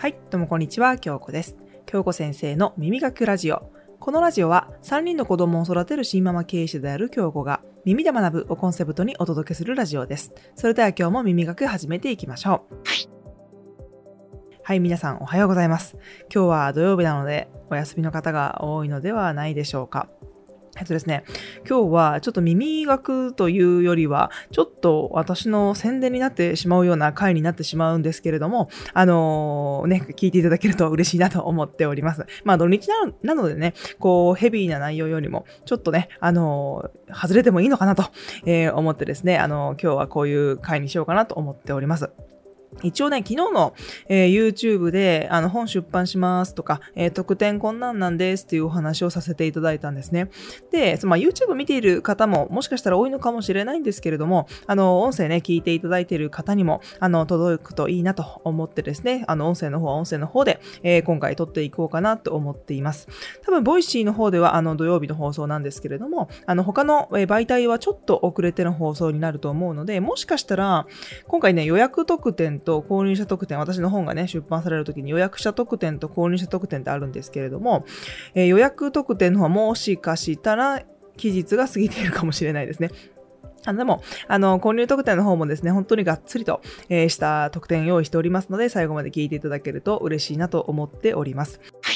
はい、どうもこんにちは、京子です。京子先生の耳学ラジオ。このラジオは3人の子供を育てる新ママ経営者である京子が耳で学ぶをコンセプトにお届けするラジオです。それでは今日も耳学始めていきましょう。はい、皆さんおはようございます。今日は土曜日なのでお休みの方が多いのではないでしょうか。ですね、今日はちょっと耳学というよりは、ちょっと私の宣伝になってしまうような回になってしまうんですけれども、聞いていただけると嬉しいなと思っております。土日なのでね、ヘビーな内容よりも、ちょっとね、外れてもいいのかなと、思ってですね、今日はこういう回にしようかなと思っております。一応ね、昨日の、YouTube で本出版しますとか、特典こんなんですっていうお話をさせていただいたんですね。で、YouTube 見ている方ももしかしたら多いのかもしれないんですけれども、音声ね、聞いていただいている方にも、届くといいなと思ってですね、音声の方は音声の方で、今回撮っていこうかなと思っています。多分、ボイシーの方では土曜日の放送なんですけれども、他の媒体はちょっと遅れての放送になると思うので、もしかしたら、今回ね、予約特典と購入者特典、私の本がね、出版されるときに予約者特典と購入者特典ってあるんですけれども、予約特典の方はもしかしたら期日が過ぎているかもしれないですね。でも、購入特典の方もですね、本当にがっつりと、した特典用意しておりますので、最後まで聞いていただけると嬉しいなと思っております。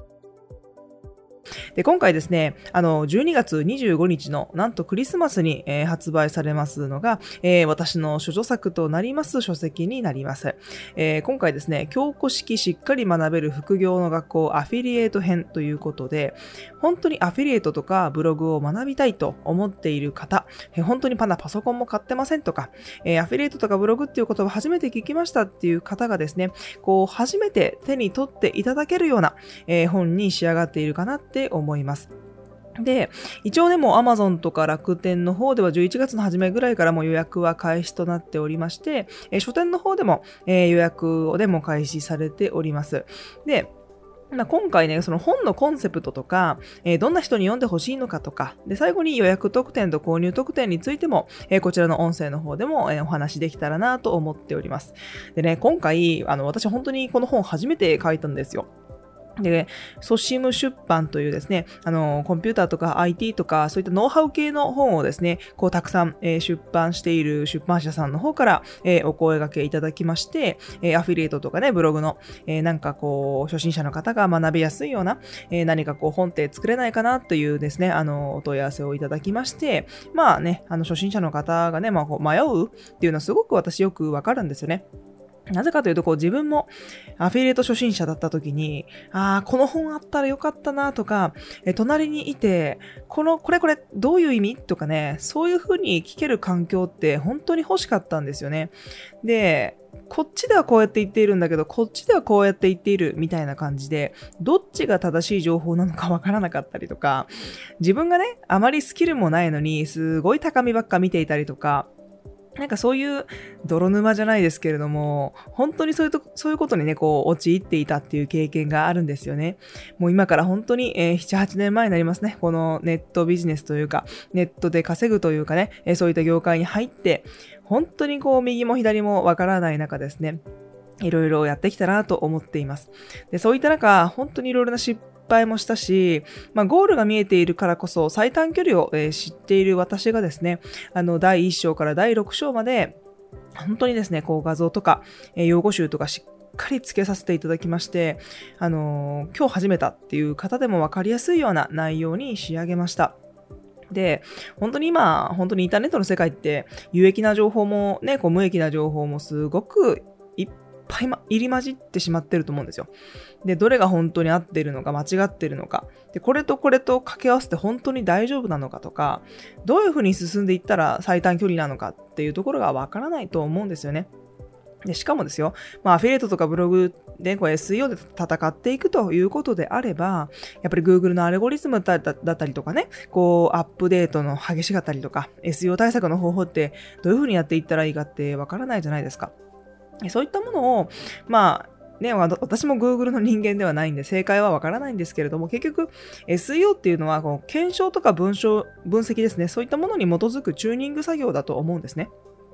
で、今回ですね、12月25日のなんとクリスマスに、発売されますのが、私の処女作となります書籍になります。今回ですね、京子式しっかり学べる副業の学校アフィリエイト編ということで、本当にアフィリエイトとかブログを学びたいと思っている方、本当にパソコンも買ってませんとか、アフィリエイトとかブログっていう言葉初めて聞きましたっていう方がですね、初めて手に取っていただけるような、本に仕上がっているかなって思います。で、一応ね、もう Amazon とか楽天の方では11月の初めぐらいからも予約は開始となっておりまして、書店の方でも、予約でも開始されております。で、今回ね、その本のコンセプトとか、どんな人に読んでほしいのかとか、で、最後に予約特典と購入特典についても、こちらの音声の方でも、お話できたらなと思っております。でね、今回、私本当にこの本初めて書いたんですよ。で、ソシム出版というですね、コンピューターとか IT とか、そういったノウハウ系の本をですね、たくさん、出版している出版社さんの方から、お声掛けいただきまして、アフィリエイトとかね、ブログの、初心者の方が学びやすいような、何か本って作れないかなというですね、お問い合わせをいただきまして、初心者の方がね、迷うっていうのはすごく私よくわかるんですよね。なぜかというと、自分もアフィリエイト初心者だった時に、この本あったらよかったなとか、隣にいて、これどういう意味とかね、そういう風に聞ける環境って本当に欲しかったんですよね。で、こっちではこうやって言っているんだけど、こっちではこうやって言っているみたいな感じで、どっちが正しい情報なのかわからなかったりとか、自分がね、あまりスキルもないのに、すごい高みばっか見ていたりとか、そういう泥沼じゃないですけれども、本当にそういうことにね、陥っていたっていう経験があるんですよね。もう今から本当に、7、8年前になりますね。このネットビジネスというか、ネットで稼ぐというかね、そういった業界に入って、本当に右も左もわからない中ですね、いろいろやってきたなと思っています。で、そういった中、本当にいろいろな失敗もしたし、ゴールが見えているからこそ最短距離を、知っている私がですね、第1章から第6章まで、本当にですね、画像とか、用語集とかしっかり付けさせていただきまして、今日始めたっていう方でもわかりやすいような内容に仕上げました。で、本当にインターネットの世界って有益な情報もね、無益な情報もすごくいっぱい入り混じってしまってると思うんですよ。で、どれが本当に合っているのか間違っているのか、で、これとこれと掛け合わせて本当に大丈夫なのかとか、どういうふうに進んでいったら最短距離なのかっていうところがわからないと思うんですよね。で、しかもですよ、アフィリエイトとかブログでSEO で戦っていくということであれば、やっぱり Google のアルゴリズムだったりとかね、アップデートの激しかったりとか、SEO 対策の方法ってどういうふうにやっていったらいいかってわからないじゃないですか。そういったものを、私も Google の人間ではないんで正解はわからないんですけれども、結局 SEO っていうのは検証とか分析ですね、そういったものに基づくチューニング作業だと思うんですね。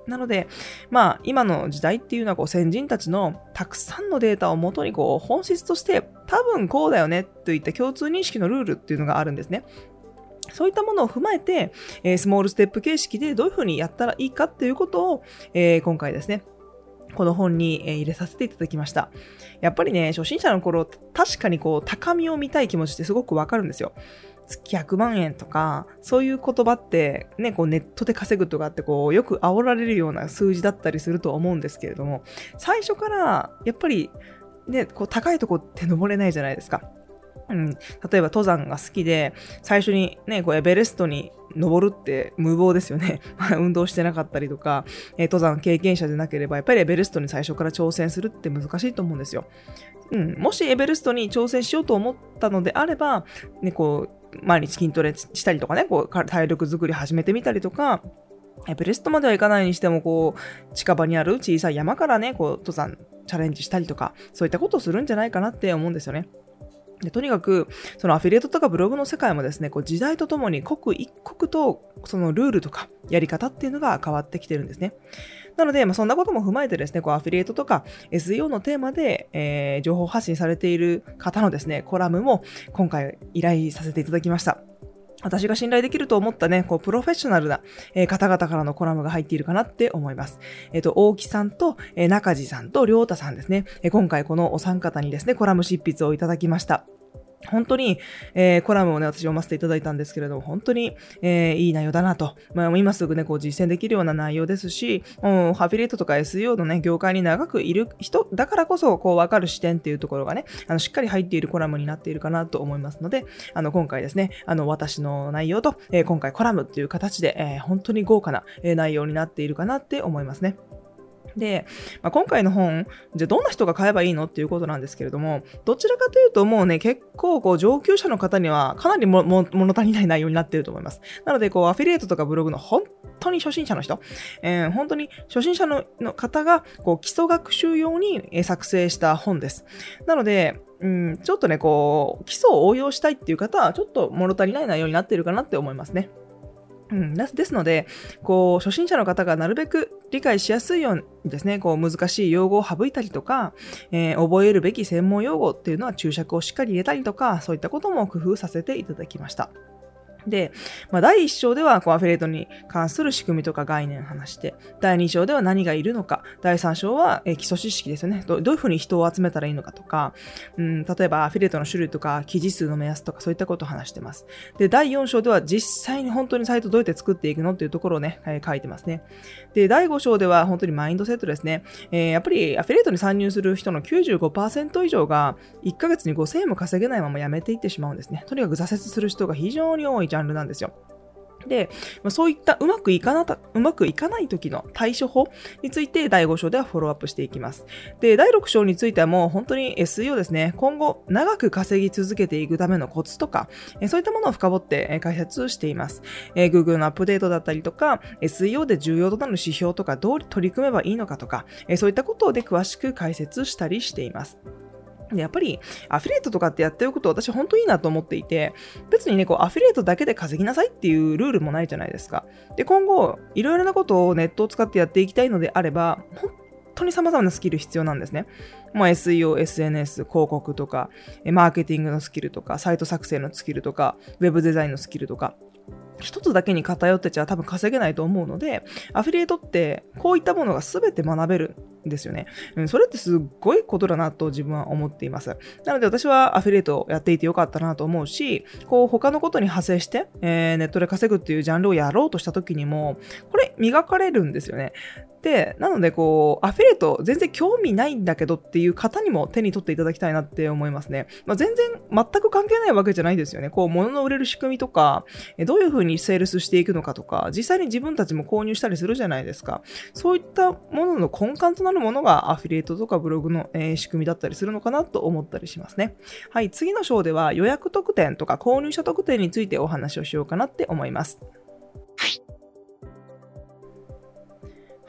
なので、今の時代っていうのは先人たちのたくさんのデータをもとに本質として多分こうだよねといった共通認識のルールっていうのがあるんですね。そういったものを踏まえて、スモールステップ形式でどういうふうにやったらいいかっていうことを、今回ですね、この本に入れさせていただきました。やっぱりね、初心者の頃、確かに高みを見たい気持ちってすごくわかるんですよ。月100万円とか、そういう言葉ってね、ネットで稼ぐとかってよく煽られるような数字だったりすると思うんですけれども、最初からやっぱりね、高いとこって登れないじゃないですか。例えば登山が好きで、最初にね、エベレストに登るって無謀ですよね。運動してなかったりとか、登山経験者でなければ、やっぱりエベレストに最初から挑戦するって難しいと思うんですよ。もしエベレストに挑戦しようと思ったのであれば、ね、毎日筋トレしたりとかね、体力作り始めてみたりとか、エベレストまでは行かないにしても、近場にある小さい山からね、登山チャレンジしたりとか、そういったことをするんじゃないかなって思うんですよね。でとにかく、そのアフィリエイトとかブログの世界もですね、時代とともに刻一刻とそのルールとかやり方っていうのが変わってきてるんですね。なので、そんなことも踏まえてですね、アフィリエイトとか SEO のテーマで、情報発信されている方のですね、コラムも今回依頼させていただきました。私が信頼できると思ったね、プロフェッショナルな、方々からのコラムが入っているかなって思います。大木さんと、中地さんと良太さんですね。今回このお三方にですね、コラム執筆をいただきました。本当に、コラムをね、私読ませていただいたんですけれども、本当に、いい内容だなと。今すぐね、実践できるような内容ですし、アフィリエイトとか SEO のね、業界に長くいる人だからこそ、わかる視点っていうところがね、しっかり入っているコラムになっているかなと思いますので、今回ですね、私の内容と、今回コラムっていう形で、本当に豪華な、内容になっているかなって思いますね。で、今回の本、じゃあどんな人が買えばいいのっていうことなんですけれども、どちらかというともうね、結構上級者の方にはかなり物足りない内容になっていると思います。なので、アフィリエイトとかブログの本当に初心者の人、本当に初心者の方が基礎学習用に作成した本です。なので、ちょっとね、基礎を応用したいっていう方は、ちょっと物足りない内容になっているかなって思いますね。ですので、初心者の方がなるべく理解しやすいようにですね、難しい用語を省いたりとか、覚えるべき専門用語っていうのは注釈をしっかり入れたりとか、そういったことも工夫させていただきました。で、第1章ではアフィリエイトに関する仕組みとか概念を話して、第2章では何がいるのか、第3章は基礎知識ですよね。どういうふうに人を集めたらいいのかとか、例えばアフィリエイトの種類とか、記事数の目安とか、そういったことを話してます。で、第4章では実際に本当にサイトどうやって作っていくのっていうところをね、書いてますね。で、第5章では本当にマインドセットですね。やっぱりアフィリエイトに参入する人の 95% 以上が1ヶ月に5000円も稼げないまま辞めていってしまうんですね。とにかく挫折する人が非常に多いジャンルなんですよ。で、そういったうまくいかない時の対処法について第5章ではフォローアップしていきます。で、第6章についてはもう本当に SEO ですね、今後長く稼ぎ続けていくためのコツとか、そういったものを深掘って解説しています。Google のアップデートだったりとか、SEO で重要となる指標とかどう取り組めばいいのかとか、そういったことで詳しく解説したりしています。でやっぱりアフィリエイトとかってやっておくと私本当いいなと思っていて、別にね、アフィリエイトだけで稼ぎなさいっていうルールもないじゃないですか。で、今後いろいろなことをネットを使ってやっていきたいのであれば、本当に様々なスキル必要なんですね。SEO、SNS、広告とか、マーケティングのスキルとか、サイト作成のスキルとか、ウェブデザインのスキルとか、一つだけに偏ってちゃ多分稼げないと思うので、アフィリエイトってこういったものが全て学べるんですよね。それってすっごいことだなと自分は思っています。なので私はアフィリエイトをやっていてよかったなと思うし、他のことに派生して、ネットで稼ぐっていうジャンルをやろうとした時にも、これ磨かれるんですよね。で、なのでアフィリエイト全然興味ないんだけどっていう方にも手に取っていただきたいなって思いますね。全く関係ないわけじゃないですよね。物の売れる仕組みとか、どういうふうにセールスしていくのかとか、実際に自分たちも購入したりするじゃないですか。そういったものの根幹となるものがアフィリエイトとかブログの、仕組みだったりするのかなと思ったりしますね。はい、次の章では予約特典とか購入者特典についてお話をしようかなって思います。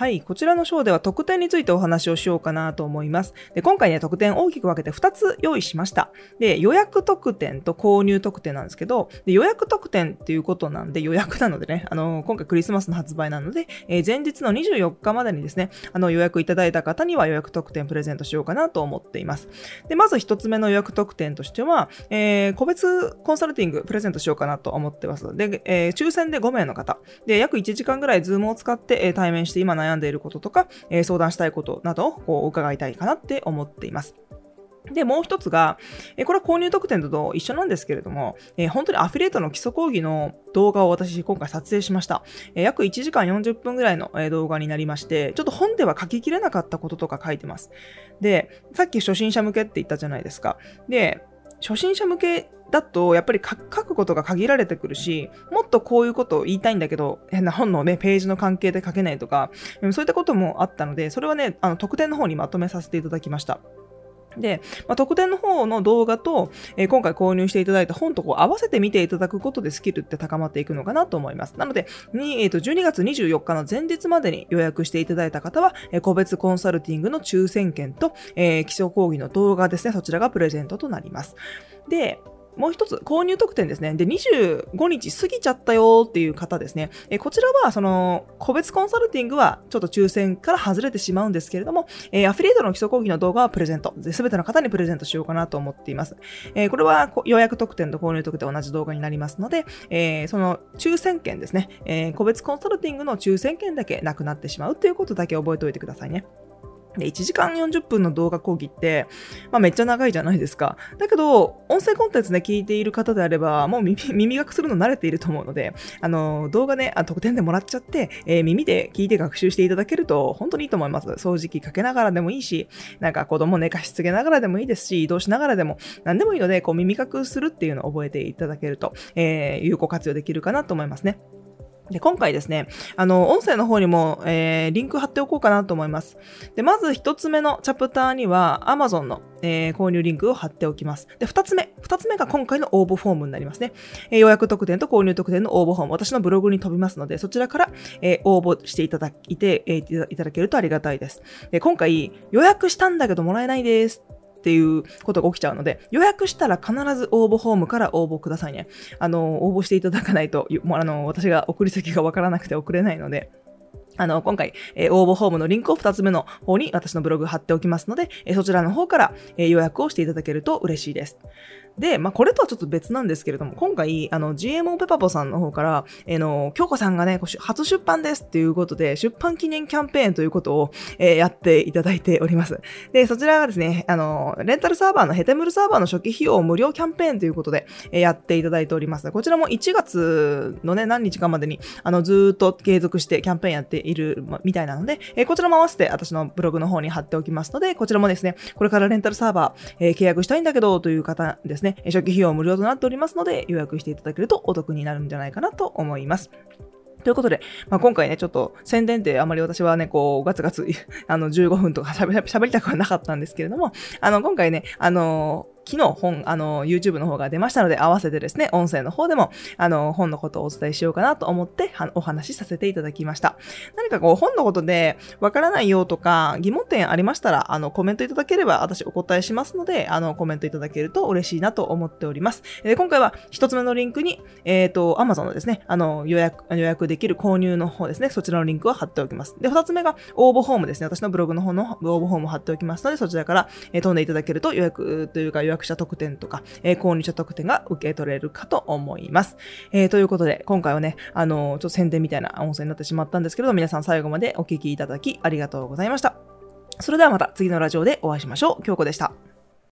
はい、こちらの章では特典についてお話をしようかなと思います。で、今回ね、特典大きく分けて2つ用意しました。で、予約特典と購入特典なんですけど、で予約特典っていうことなんで、予約なのでね、今回クリスマスの発売なので、前日の24日までにですね、予約いただいた方には予約特典プレゼントしようかなと思っています。で、まず1つ目の予約特典としては、個別コンサルティングプレゼントしようかなと思ってます。で、抽選で5名の方、で、約1時間ぐらいズームを使って、対面して今悩んでいることとか、相談したいことなどをこう伺いたいかなって思っています。で、もう一つが、これは購入特典と一緒なんですけれども、本当にアフィリエイトの基礎講義の動画を私今回撮影しました。約1時間40分ぐらいの動画になりまして、ちょっと本では書ききれなかったこととか書いてます。で、さっき初心者向けって言ったじゃないですか。で、初心者向けだとやっぱり書くことが限られてくるし、もっとこういうことを言いたいんだけど、変な本のね、ページの関係で書けないとか、そういったこともあったので、それはね、特典の方にまとめさせていただきました。で、特典の方の動画と、今回購入していただいた本とこう合わせて見ていただくことでスキルって高まっていくのかなと思います。なので、12月24日の前日までに予約していただいた方は、個別コンサルティングの抽選券と、基礎講義の動画ですね、そちらがプレゼントとなります。で、もう一つ、購入特典ですね。で、25日過ぎちゃったよっていう方ですね。こちらは、個別コンサルティングはちょっと抽選から外れてしまうんですけれども、アフィリエイトの基礎講義の動画はプレゼント。すべての方にプレゼントしようかなと思っています。これは予約特典と購入特典同じ動画になりますので、その抽選券ですね。個別コンサルティングの抽選券だけなくなってしまうということだけ覚えておいてくださいね。で、1時間40分の動画講義って、めっちゃ長いじゃないですか。だけど、音声コンテンツで聞いている方であれば、もう耳学するの慣れていると思うので、動画ね、特典でもらっちゃって、耳で聞いて学習していただけると、本当にいいと思います。掃除機かけながらでもいいし、なんか子供寝かしつけながらでもいいですし、移動しながらでも、何でもいいので、こう耳学するっていうのを覚えていただけると、有効活用できるかなと思いますね。で、今回ですね、音声の方にも、リンク貼っておこうかなと思います。で、まず一つ目のチャプターには Amazon の、購入リンクを貼っておきます。で、二つ目が今回の応募フォームになりますね。予約特典と購入特典の応募フォーム、私のブログに飛びますので、そちらから、応募していただけるとありがたいです。で、今回予約したんだけどもらえないですっていうことが起きちゃうので、予約したら必ず応募フォームから応募くださいね。応募していただかないと、私が送り先がわからなくて送れないので、今回、応募フォームのリンクを2つ目の方に私のブログ貼っておきますので、そちらの方から、予約をしていただけると嬉しいです。で、これとはちょっと別なんですけれども、今回、GMO ペパポさんの方から、京子さんがね、初出版ですっていうことで、出版記念キャンペーンということを、やっていただいております。で、そちらがですね、レンタルサーバーのヘテムルサーバーの初期費用無料キャンペーンということで、やっていただいております。こちらも1月のね、何日かまでに、ずーっと継続してキャンペーンやっているみたいなので、こちらも合わせて私のブログの方に貼っておきますので、こちらもですね、これからレンタルサーバー、契約したいんだけどという方ですね、初期費用無料となっておりますので、予約していただけるとお得になるんじゃないかなと思います。ということで、今回ね、ちょっと宣伝ってあまり私はね、こう、ガツガツ、15分とか喋りたくはなかったんですけれども、今回ね、昨日YouTube の方が出ましたので、合わせてですね、音声の方でも、本のことをお伝えしようかなと思って、お話しさせていただきました。何かこう、本のことで、わからないよとか、疑問点ありましたら、コメントいただければ、私お答えしますので、コメントいただけると嬉しいなと思っております。今回は、一つ目のリンクに、Amazon のですね、予約できる購入の方ですね、そちらのリンクを貼っておきます。で、二つ目が、応募フォームですね、私のブログの方の応募フォームを貼っておきますので、そちらから、飛んでいただけると、予約というか、予約者特典とか、購入者特典が受け取れるかと思います。ということで、今回はね、ちょっと宣伝みたいな音声になってしまったんですけれど、皆さん最後までお聞きいただきありがとうございました。それではまた次のラジオでお会いしましょう。京子でした。